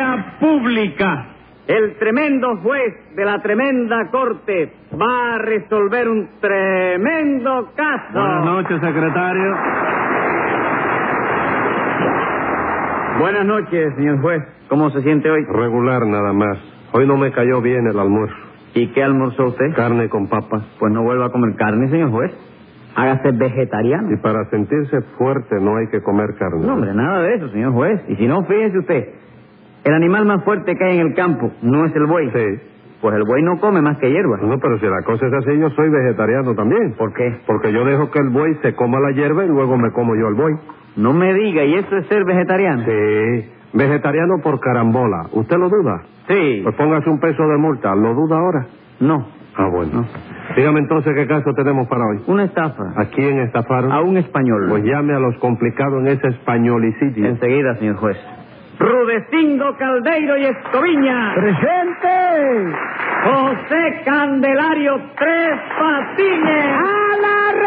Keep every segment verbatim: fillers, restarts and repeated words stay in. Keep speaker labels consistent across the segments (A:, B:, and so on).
A: Vía pública. El tremendo juez de la tremenda corte va a resolver un tremendo caso.
B: Buenas noches, secretario.
A: Buenas noches, señor juez. ¿Cómo se siente hoy?
B: Regular nada más. Hoy no me cayó bien el almuerzo.
A: ¿Y qué almorzó usted?
B: Carne con papas.
A: Pues no vuelva a comer carne, señor juez. Hágase vegetariano.
B: Y para sentirse fuerte no hay que comer carne.
A: No, hombre, nada de eso, señor juez. Y si no, fíjese usted. El animal más fuerte que hay en el campo no es el buey.
B: Sí.
A: Pues el buey no come más que hierba.
B: No, pero si la cosa es así, yo soy vegetariano también.
A: ¿Por qué?
B: Porque yo dejo que el buey se coma la hierba y luego me como yo el buey.
A: No me diga, ¿y eso es ser vegetariano?
B: Sí. Vegetariano por carambola. ¿Usted lo duda?
A: Sí.
B: Pues póngase un peso de multa. ¿Lo duda ahora?
A: No.
B: Ah, bueno.
A: No.
B: Dígame entonces qué caso tenemos para hoy.
A: Una estafa.
B: ¿A quién estafaron?
A: A un español.
B: Pues llame a los complicados en ese españolicidio.
A: Enseguida, señor juez. Rudecindo Caldeiro y Escoviña.
C: ¡Presente!
A: José Candelario Tres Patines.
C: ¡A la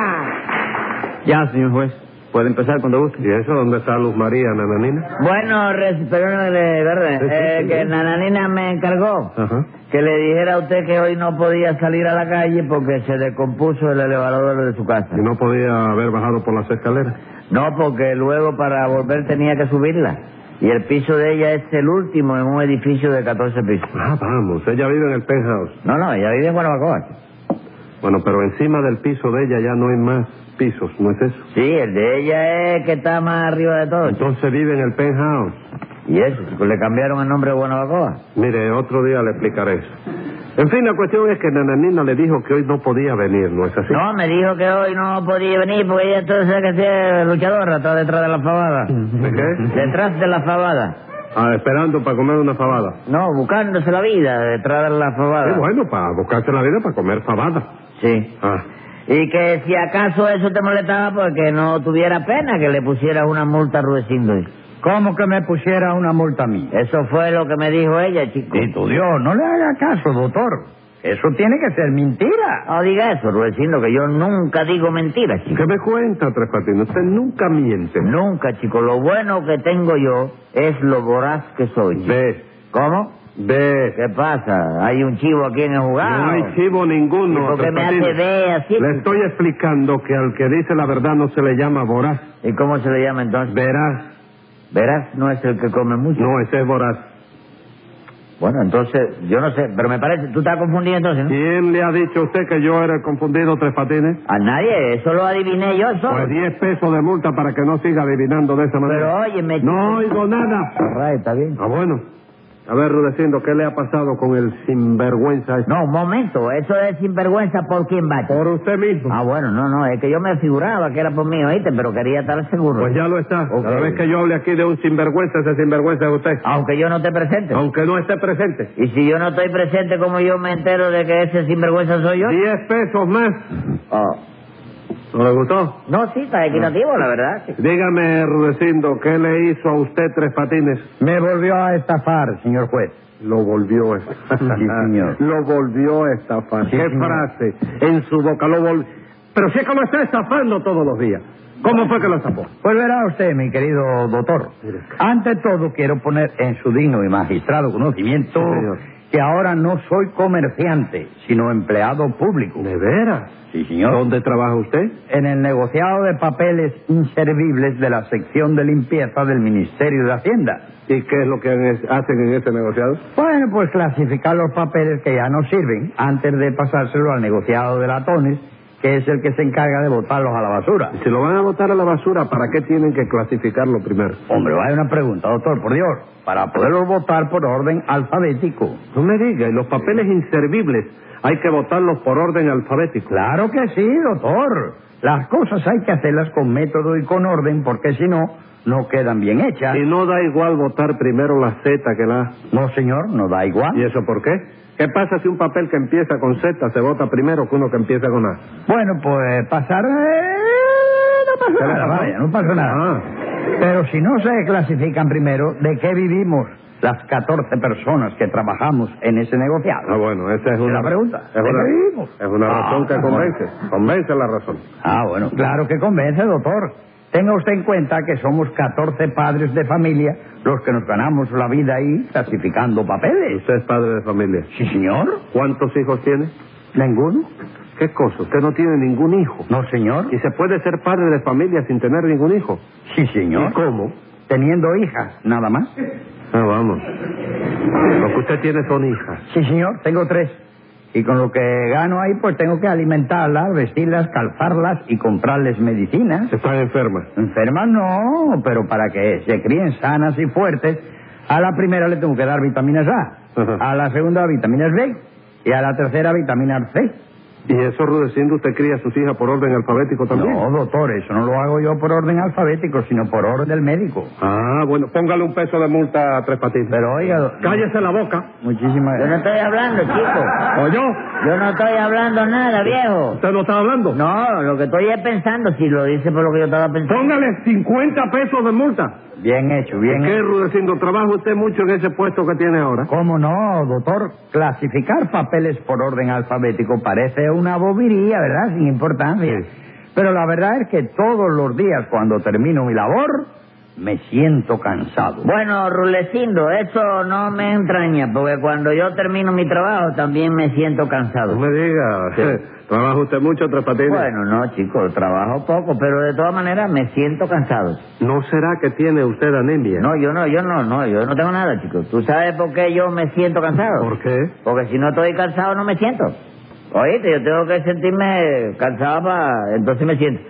C: reja!
A: Ya, señor juez. Puede empezar cuando guste.
B: ¿Y eso dónde está Luz María, nananina?
C: Bueno, perdónale, ¿verdad?
B: Sí, sí,
C: eh,
B: sí,
C: que
B: sí.
C: Nananina me encargó
B: Ajá.
C: que le dijera a usted que hoy no podía salir a la calle porque se descompuso el elevador de su casa.
B: ¿Y no podía haber bajado por las escaleras?
C: No, porque luego para volver tenía que subirla. Y el piso de ella es el último en un edificio de catorce pisos.
B: Ah, vamos. Ella vive en el penthouse.
C: No, no, ella vive en Guanabacoa.
B: Bueno, pero encima del piso de ella ya no hay más pisos, ¿no es eso?
C: Sí, el de ella es que está más arriba de todo.
B: Entonces vive en el penthouse.
C: Y eso, chico, le cambiaron el nombre de Guanabacoa.
B: Mire, otro día le explicaré eso. En fin, la cuestión es que Nananina le dijo que hoy no podía venir, ¿no es así?
C: No, me dijo que hoy no podía venir porque ella entonces que sea luchadora, está detrás de la fabada.
B: ¿De qué?
C: Detrás de la fabada.
B: Ah, esperando para comer una fabada.
C: No, buscándose la vida detrás de la fabada.
B: Sí, bueno, para buscarse la vida para comer fabada.
C: Sí.
B: Ah.
C: Y que si acaso eso te molestaba porque no tuviera pena que le pusieras una multa a Rudecindo.
D: ¿Cómo que me pusiera una multa a mí?
C: Eso fue lo que me dijo ella, chico.
D: Y tu Dios, no le haga caso, doctor. Eso tiene que ser mentira.
C: No diga eso, Rudecindo, que yo nunca digo mentiras, chico.
B: ¿Qué me cuenta, Tres Patines? Usted nunca miente.
C: Nunca, chico. Lo bueno que tengo yo es lo voraz que soy, chico.
B: Ve,
C: ¿Cómo?
B: ve.
C: ¿Qué pasa? ¿Hay un chivo aquí en el jugado?
B: No hay chivo ninguno.
C: ¿Y por qué
B: Tres
C: me hace
B: Patines.
C: ver así?
B: Le
C: chico?
B: estoy explicando que al que dice la verdad no se le llama voraz.
C: ¿Y cómo se le llama entonces?
B: Verás.
C: Verás, no es el que come mucho.
B: No, ese es voraz.
C: Bueno, entonces, yo no sé, pero me parece, tú estás confundido entonces, ¿no?
B: ¿Quién le ha dicho a usted que yo era el confundido, Tres Patines?
C: A nadie, eso lo adiviné yo solo.
B: Pues diez pesos de multa para que no siga adivinando de esa manera.
C: Pero oye, me...
B: No oigo nada.
C: Array, está bien.
B: Ah, bueno. A ver, Rudecindo, ¿qué le ha pasado con el sinvergüenza este?
C: No, un momento, eso es sinvergüenza por quién va. chico?
B: Por usted mismo.
C: Ah, bueno, no, no, es que yo me figuraba que era por mí, ¿oíste? Pero quería estar seguro.
B: Pues ya lo está.
C: Ok.
B: Cada vez que yo hable aquí de un sinvergüenza, ese sinvergüenza es usted.
C: Aunque yo no esté presente.
B: Aunque no esté presente.
C: Y si yo no estoy presente, ¿cómo yo me entero de que ese sinvergüenza soy yo?
B: Diez pesos más.
C: Oh.
B: ¿No le gustó?
C: No, sí, está equitativo, la verdad. chico.
B: Dígame, Rudecindo, ¿qué le hizo a usted Tres Patines?
D: Me volvió a estafar, señor juez.
B: Lo volvió a estafar.
D: Sí, señor.
B: Lo volvió a estafar.
D: Sí,
B: ¿Qué
D: señor.
B: frase? En su boca lo volvió. Pero si es que lo está estafando todos los días. ¿Cómo fue que lo estafó?
D: Pues verá usted, mi querido doctor. Ante todo, quiero poner en su digno y magistrado conocimiento
B: Sí, señor.
D: que ahora no soy comerciante, sino empleado público.
B: ¿De veras?
D: Sí, señor.
B: ¿Dónde trabaja usted?
D: En el negociado de papeles inservibles de la sección de limpieza del Ministerio de Hacienda.
B: ¿Y qué es lo que han- hacen en ese negociado?
D: Bueno, pues clasificar los papeles que ya no sirven antes de pasárselo al negociado de latones, que es el que se encarga de botarlos a la basura.
B: Si lo van a botar a la basura, ¿para qué tienen que clasificarlo primero?
D: Hombre, vaya una pregunta, doctor, por Dios. Para poderlos votar por orden alfabético.
B: No me diga, y los papeles inservibles hay que votarlos por orden alfabético.
D: Claro que sí, doctor. Las cosas hay que hacerlas con método y con orden, porque si no, no quedan bien hechas.
B: Y no da igual votar primero la Z que la A.
D: No, señor, no da igual.
B: ¿Y eso por qué? ¿Qué pasa si un papel que empieza con Z se vota primero que uno que empieza con A?
D: Bueno, pues pasar... eh, no
B: ¿Qué
D: pasa
B: le
D: nada,
B: pasó?
D: vaya, no pasa nada.
B: Ah.
D: Pero si no se clasifican primero, ¿de qué vivimos las catorce personas que trabajamos en ese negociado?
B: Ah, bueno, esa es
D: ¿Es
B: una...
D: la pregunta?
B: Es
D: ¿De
B: una,
D: qué vivimos?
B: es una
D: Ah,
B: razón que
D: bueno.
B: convence. Convence la razón.
D: Ah, bueno, claro que convence, doctor. Tenga usted en cuenta que somos catorce padres de familia los que nos ganamos la vida ahí clasificando papeles.
B: ¿Usted es padre de familia?
D: Sí, señor.
B: ¿Cuántos hijos tiene?
D: ¿Ninguno?
B: ¿Qué cosa? Usted no tiene ningún hijo.
D: No, señor.
B: ¿Y se puede ser padre de familia sin tener ningún hijo?
D: Sí, señor.
B: ¿Y cómo?
D: Teniendo hijas, nada más.
B: Ah, vamos. Lo que usted tiene son hijas.
D: Sí, señor, tengo tres. Y con lo que gano ahí, pues tengo que alimentarlas, vestirlas, calzarlas y comprarles medicinas.
B: ¿Están enfermas?
D: Enfermas no, pero para que se críen sanas y fuertes, a la primera le tengo que dar vitaminas A,
B: Ajá.
D: a la segunda vitaminas B y a la tercera vitamina C.
B: ¿Y eso, Rudecindo, usted cría a sus hijas por orden alfabético también?
D: No, doctor, eso no lo hago yo por orden alfabético, sino por orden del médico.
B: Ah, bueno, póngale un peso de multa a Tres Patines.
D: Pero oiga, do-
B: Cállese la boca.
D: muchísimas
C: Yo no estoy hablando, chico.
B: ¿O yo?
C: Yo no estoy hablando nada, viejo.
B: ¿Usted no está hablando?
C: No, lo que estoy es pensando, si lo dice por lo que yo estaba pensando.
B: Póngale cincuenta pesos de multa.
D: Bien hecho, bien
B: ¿Qué,
D: hecho.
B: Rudecindo? ¿Trabaja usted mucho en ese puesto que tiene ahora?
D: ¿Cómo no, doctor? Clasificar papeles por orden alfabético parece una bobería, ¿verdad? Sin importancia.
B: Sí.
D: Pero la verdad es que todos los días cuando termino mi labor, me siento cansado.
C: Bueno, Rulecindo, eso no me entraña, porque cuando yo termino mi trabajo también me siento cansado.
B: No me diga.
C: Sí.
B: ¿Trabaja usted mucho, Tres Patines?
C: Bueno, no, chico, trabajo poco, pero de todas maneras me siento cansado.
B: ¿No será que tiene usted anemia?
C: No, yo no, yo no, no, yo no tengo nada, chico. ¿Tú sabes por qué yo me siento cansado?
B: ¿Por qué?
C: Porque si no estoy cansado no me siento. Oíste, yo tengo que sentirme cansado para... entonces me siento.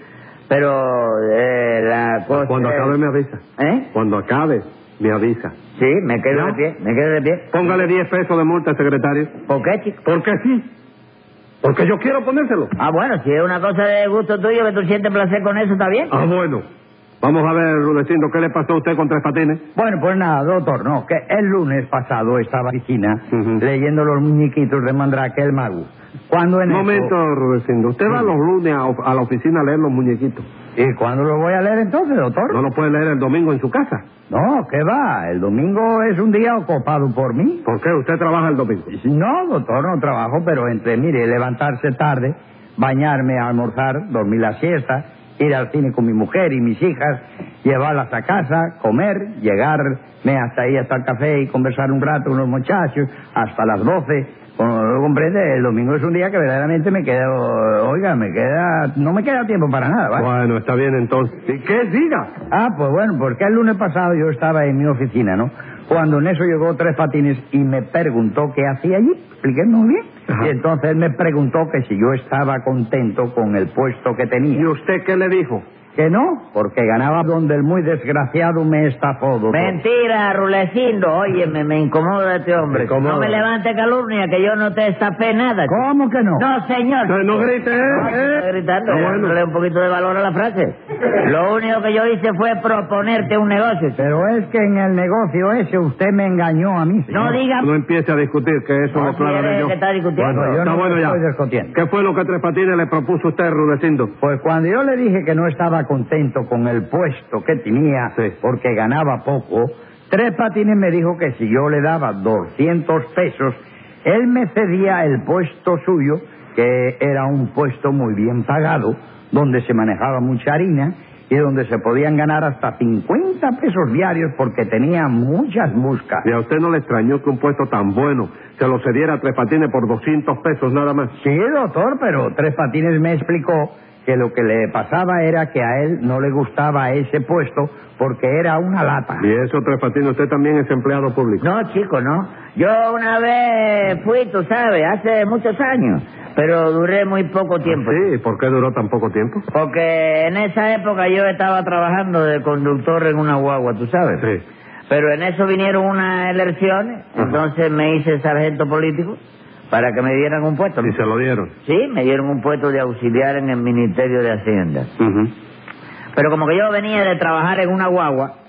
C: Pero eh, la cosa...
B: Cuando
C: es-
B: acabe me avisa.
C: ¿Eh?
B: Cuando acabe, me avisa.
C: Sí, me quedo
B: ¿Ya?
C: de pie, me quedo de pie.
B: Póngale diez pesos de multa, secretario.
C: ¿Por qué, chico?
B: ¿Por qué sí? Porque yo quiero ponérselo.
C: Ah, bueno, si es una cosa de gusto tuyo que tú sientes placer con eso, ¿está bien?
B: Ah, bueno. Vamos a ver, Rudecindo, ¿qué le pasó a usted con Tres Patines?
D: Bueno, pues nada, doctor, no, que el lunes pasado estaba en la oficina
B: Ujú.
D: leyendo los muñequitos de Mandrake el mago. Cuando en
B: Un
D: eso-
B: momento, Rudecindo. Usted va los lunes a, a la oficina a leer los muñequitos.
D: ¿Y cuándo lo voy a leer entonces, doctor?
B: ¿No lo puede leer el domingo en su casa?
D: No, ¿qué va? El domingo es un día ocupado por mí.
B: ¿Por qué? ¿Usted trabaja el domingo?
D: No, doctor, no trabajo, pero entre, mire, levantarse tarde, bañarme, almorzar, dormir la siesta, ir al cine con mi mujer y mis hijas, llevarlas a casa, comer, llegarme hasta ahí, hasta el café y conversar un rato con los muchachos, hasta las doce. Como lo comprende, el domingo es un día que verdaderamente me queda, oiga, me queda, no me queda tiempo para nada, ¿vale?
B: Bueno, está bien entonces. ¿Y qué? Diga.
D: Ah, pues bueno, porque el lunes pasado yo estaba en mi oficina, ¿no? Cuando en eso llegó Tres Patines y me preguntó qué hacía allí. Expliqué muy bien.
B: Ajá.
D: Y entonces él me preguntó que si yo estaba contento con el puesto que tenía.
B: ¿Y usted qué le dijo?
D: Que no, porque ganaba donde el muy desgraciado me estafó, doctor.
C: Mentira, Rulecindo. Oye, me, me incomoda este hombre.
B: Me incomoda.
C: No me levante calumnia, que yo no te estafé nada. chico.
D: ¿Cómo que no?
C: No, señor.
B: No, no grite, ¿eh?
C: No, estoy gritando,
B: Ah, bueno.
C: dándole un poquito de valor a la frase. Lo único que yo hice fue proponerte un negocio. chico.
D: Pero es que en el negocio ese usted me engañó a mí, señor.
C: No diga...
B: No empiece a discutir, que eso
C: No,
B: lo
C: si eres
B: aclararé
C: el
B: yo.
C: que está discutiendo.
D: Bueno, yo
B: Está
D: no
B: bueno ya.
D: estoy discutiendo.
B: ¿Qué fue lo que Tres Patines le propuso a usted, Rudecindo?
D: Pues cuando yo le dije que no estaba contento con el puesto que tenía,
B: Sí.
D: porque ganaba poco, Tres Patines me dijo que si yo le daba doscientos pesos, él me cedía el puesto suyo, que era un puesto muy bien pagado, donde se manejaba mucha harina y donde se podían ganar hasta cincuenta pesos diarios porque tenía muchas buscas.
B: ¿Y a usted no le extrañó que un puesto tan bueno se lo cediera a Tres Patines por doscientos pesos nada más?
D: Sí, doctor, pero Tres Patines me explicó que lo que le pasaba era que a él no le gustaba ese puesto porque era una lata.
B: Y eso, Tres Patines, usted también es empleado público.
C: No, chico, no. Yo una vez fui, tú sabes, hace muchos años, pero duré muy poco tiempo.
B: Sí, ¿por qué duró tan poco tiempo?
C: Porque en esa época yo estaba trabajando de conductor en una guagua, tú sabes.
B: Sí.
C: Pero en eso vinieron unas elecciones,
B: Ajá.
C: entonces me hice sargento político para que me dieran un puesto.
B: Y se lo dieron.
C: Sí, me dieron un puesto de auxiliar en el Ministerio de Hacienda.
B: Ujú.
C: Pero como que yo venía de trabajar en una guagua,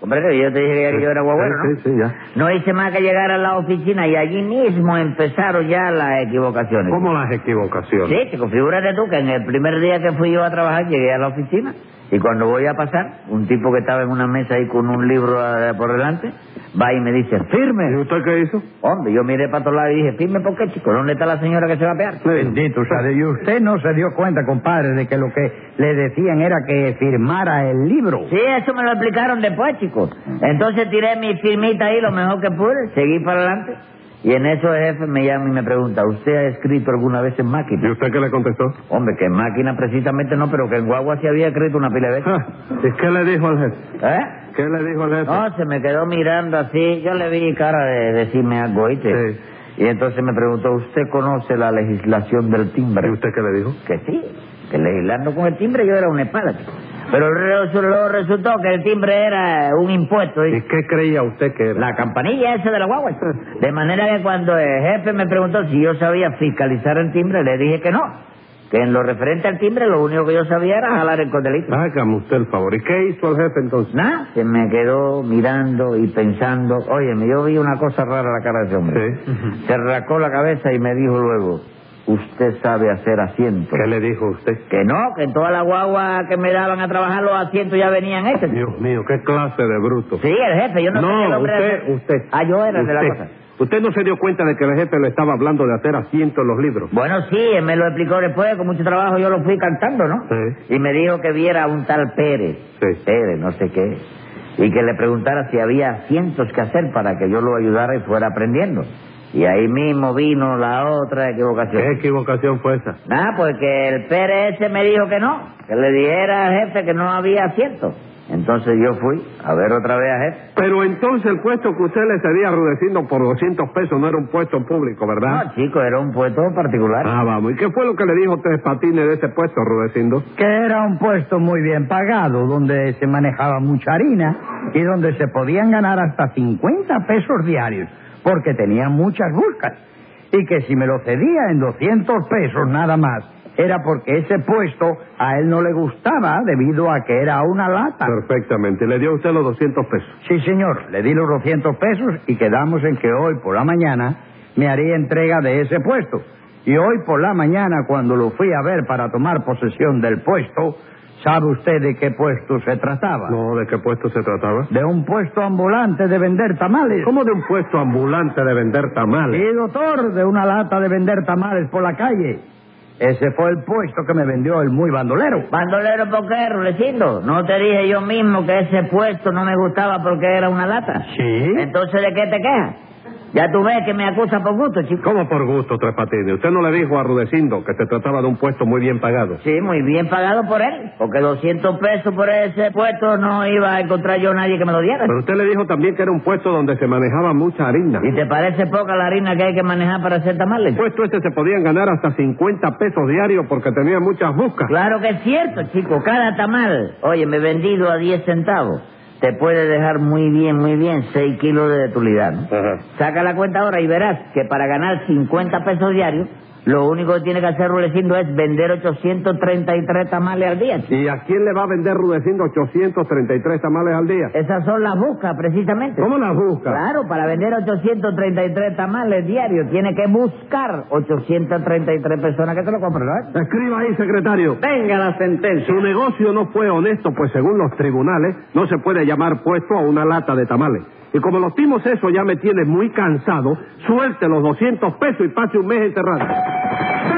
C: Hombre, que yo te dije que yo era guagüero,
B: Sí,
C: ¿no?
B: sí, sí, ya.
C: No hice más que llegar a la oficina y allí mismo empezaron ya las equivocaciones.
B: ¿Cómo las equivocaciones?
C: Sí, chico, figúrate tú que en el primer día que fui yo a trabajar llegué a la oficina y cuando voy a pasar, un tipo que estaba en una mesa ahí con un libro eh, por delante, va y me dice,
B: ¿Y
C: firme.
B: usted qué hizo?
C: Hombre, yo miré para todos lados y dije, firme, ¿por qué, chico? ¿Dónde está la señora que se va a pegar?
D: Bendito, ¿sabe? Y usted no se dio cuenta, compadre, de que lo que le decían era que firmara el libro.
C: Sí, eso me lo explicaron después, chico. Entonces tiré mi firmita ahí lo mejor que pude, seguí para adelante. Y en eso el jefe me llama y me pregunta, ¿usted ha escrito alguna vez en
B: ¿Y
C: máquina?
B: usted qué le contestó?
C: Hombre, que en máquina precisamente no, pero que en guagua sí había escrito una pila de veces.
B: Ah, ¿Y qué le dijo al jefe?
C: ¿Eh?
B: ¿Qué le dijo al jefe?
C: No, se me quedó mirando así. Yo le vi cara de decirme algo, ¿oíste?
B: Sí.
C: Y entonces me preguntó, ¿usted conoce la legislación del timbre?
B: ¿Y usted qué le dijo?
C: Que sí, que legislando con el timbre yo era una espada, chico. Pero resu- luego resultó que el timbre era un impuesto.
B: ¿Y
C: ¿Y?
B: qué creía usted que era?
C: La campanilla esa de la guagua. De manera que cuando el jefe me preguntó si yo sabía fiscalizar el timbre, le dije que no. Que en lo referente al timbre, lo único que yo sabía era jalar el cordelito.
B: Hágame usted el favor. ¿Y qué hizo el jefe entonces?
C: Nada, se me quedó mirando y pensando. Óyeme, yo vi una cosa rara en la cara de ese hombre.
B: Sí.
C: Se rascó la cabeza y me dijo luego, usted sabe hacer asientos.
B: ¿Qué le dijo usted?
C: Que no, que en todas las guaguas que me daban a trabajar los asientos ya venían hechos.
B: Dios mío, qué clase de bruto.
C: Sí, el jefe, yo no, sé qué
B: No,
C: hombre
B: usted,
C: era.
B: usted.
C: Ah, yo era el de la
B: usted.
C: cosa.
B: ¿Usted no se dio cuenta de que el jefe le estaba hablando de hacer asientos en los libros?
C: Bueno, sí, él me lo explicó después, con mucho trabajo yo lo fui cantando, ¿no?
B: Sí.
C: Y me dijo que viera a un tal Pérez,
B: Sí.
C: Pérez, no sé qué, y que le preguntara si había asientos que hacer para que yo lo ayudara y fuera aprendiendo. Y ahí mismo vino la otra equivocación.
B: ¿Qué equivocación fue esa?
C: Nada, pues que el Pérez ese me dijo que no, que le dijera al jefe que no había asientos. Entonces yo fui a ver otra vez a jefe.
B: Pero entonces el puesto que usted le cedía a Rudecindo por doscientos pesos no era un puesto público, ¿verdad?
C: No, chico, era un puesto particular.
B: Ah, vamos. ¿Y qué fue lo que le dijo Tres Patines de ese puesto, Rudecindo?
D: Que era un puesto muy bien pagado, donde se manejaba mucha harina y donde se podían ganar hasta cincuenta pesos diarios, porque tenía muchas buscas. Y que si me lo cedía en doscientos pesos nada más, era porque ese puesto a él no le gustaba debido a que era una lata.
B: Perfectamente. ¿Y le dio a usted los doscientos pesos?
D: Sí, señor, le di los doscientos pesos y quedamos en que hoy por la mañana me haría entrega de ese puesto. Y hoy por la mañana, cuando lo fui a ver para tomar posesión del puesto, ¿sabe usted de qué puesto se trataba?
B: No, ¿de qué puesto se trataba?
D: De un puesto ambulante de vender tamales.
B: ¿Cómo de un puesto ambulante de vender tamales?
D: Sí, doctor, de una lata de vender tamales por la calle. Ese fue el puesto que me vendió el muy bandolero.
C: ¿Bandolero por qué, Rulecindo? ¿No te dije yo mismo que ese puesto no me gustaba porque era una lata?
D: Sí.
C: Entonces, ¿de qué te quejas? Ya tú ves que me acusa por gusto, chico.
B: ¿Cómo por gusto, Tres Patines? ¿Usted no le dijo a Rudecindo que se trataba de un puesto muy bien pagado?
C: Sí, muy bien pagado por él, porque doscientos pesos por ese puesto no iba a encontrar yo nadie que me lo diera.
B: Pero usted le dijo también que era un puesto donde se manejaba mucha harina.
C: ¿Y te parece poca la harina que hay que manejar para hacer tamales?
B: El puesto este se podían ganar hasta cincuenta pesos diarios porque tenía muchas buscas.
C: Claro que es cierto, chico. Cada tamal, oye, me he vendido a diez centavos. Te puede dejar muy bien, muy bien, seis kilos de tulidad, ¿no?
B: Ajá.
C: Saca la cuenta ahora y verás que para ganar cincuenta pesos diarios, lo único que tiene que hacer Rulecindo es vender ochocientos treinta y tres tamales al día, chico.
B: ¿Y a quién le va a vender Rudecindo ochocientos treinta y tres tamales al día?
C: Esas son las buscas, precisamente.
B: ¿Cómo las busca?
C: Claro, para vender ochocientos treinta y tres tamales diarios, tiene que buscar ochocientas treinta y tres personas que te lo compren, ¿no?
B: Escriba ahí, secretario.
A: Venga la sentencia.
B: Su negocio no fue honesto, pues según los tribunales no se puede llamar puesto a una lata de tamales. Y como los timos eso ya me tiene muy cansado, suelte los doscientos pesos y pase un mes enterrado.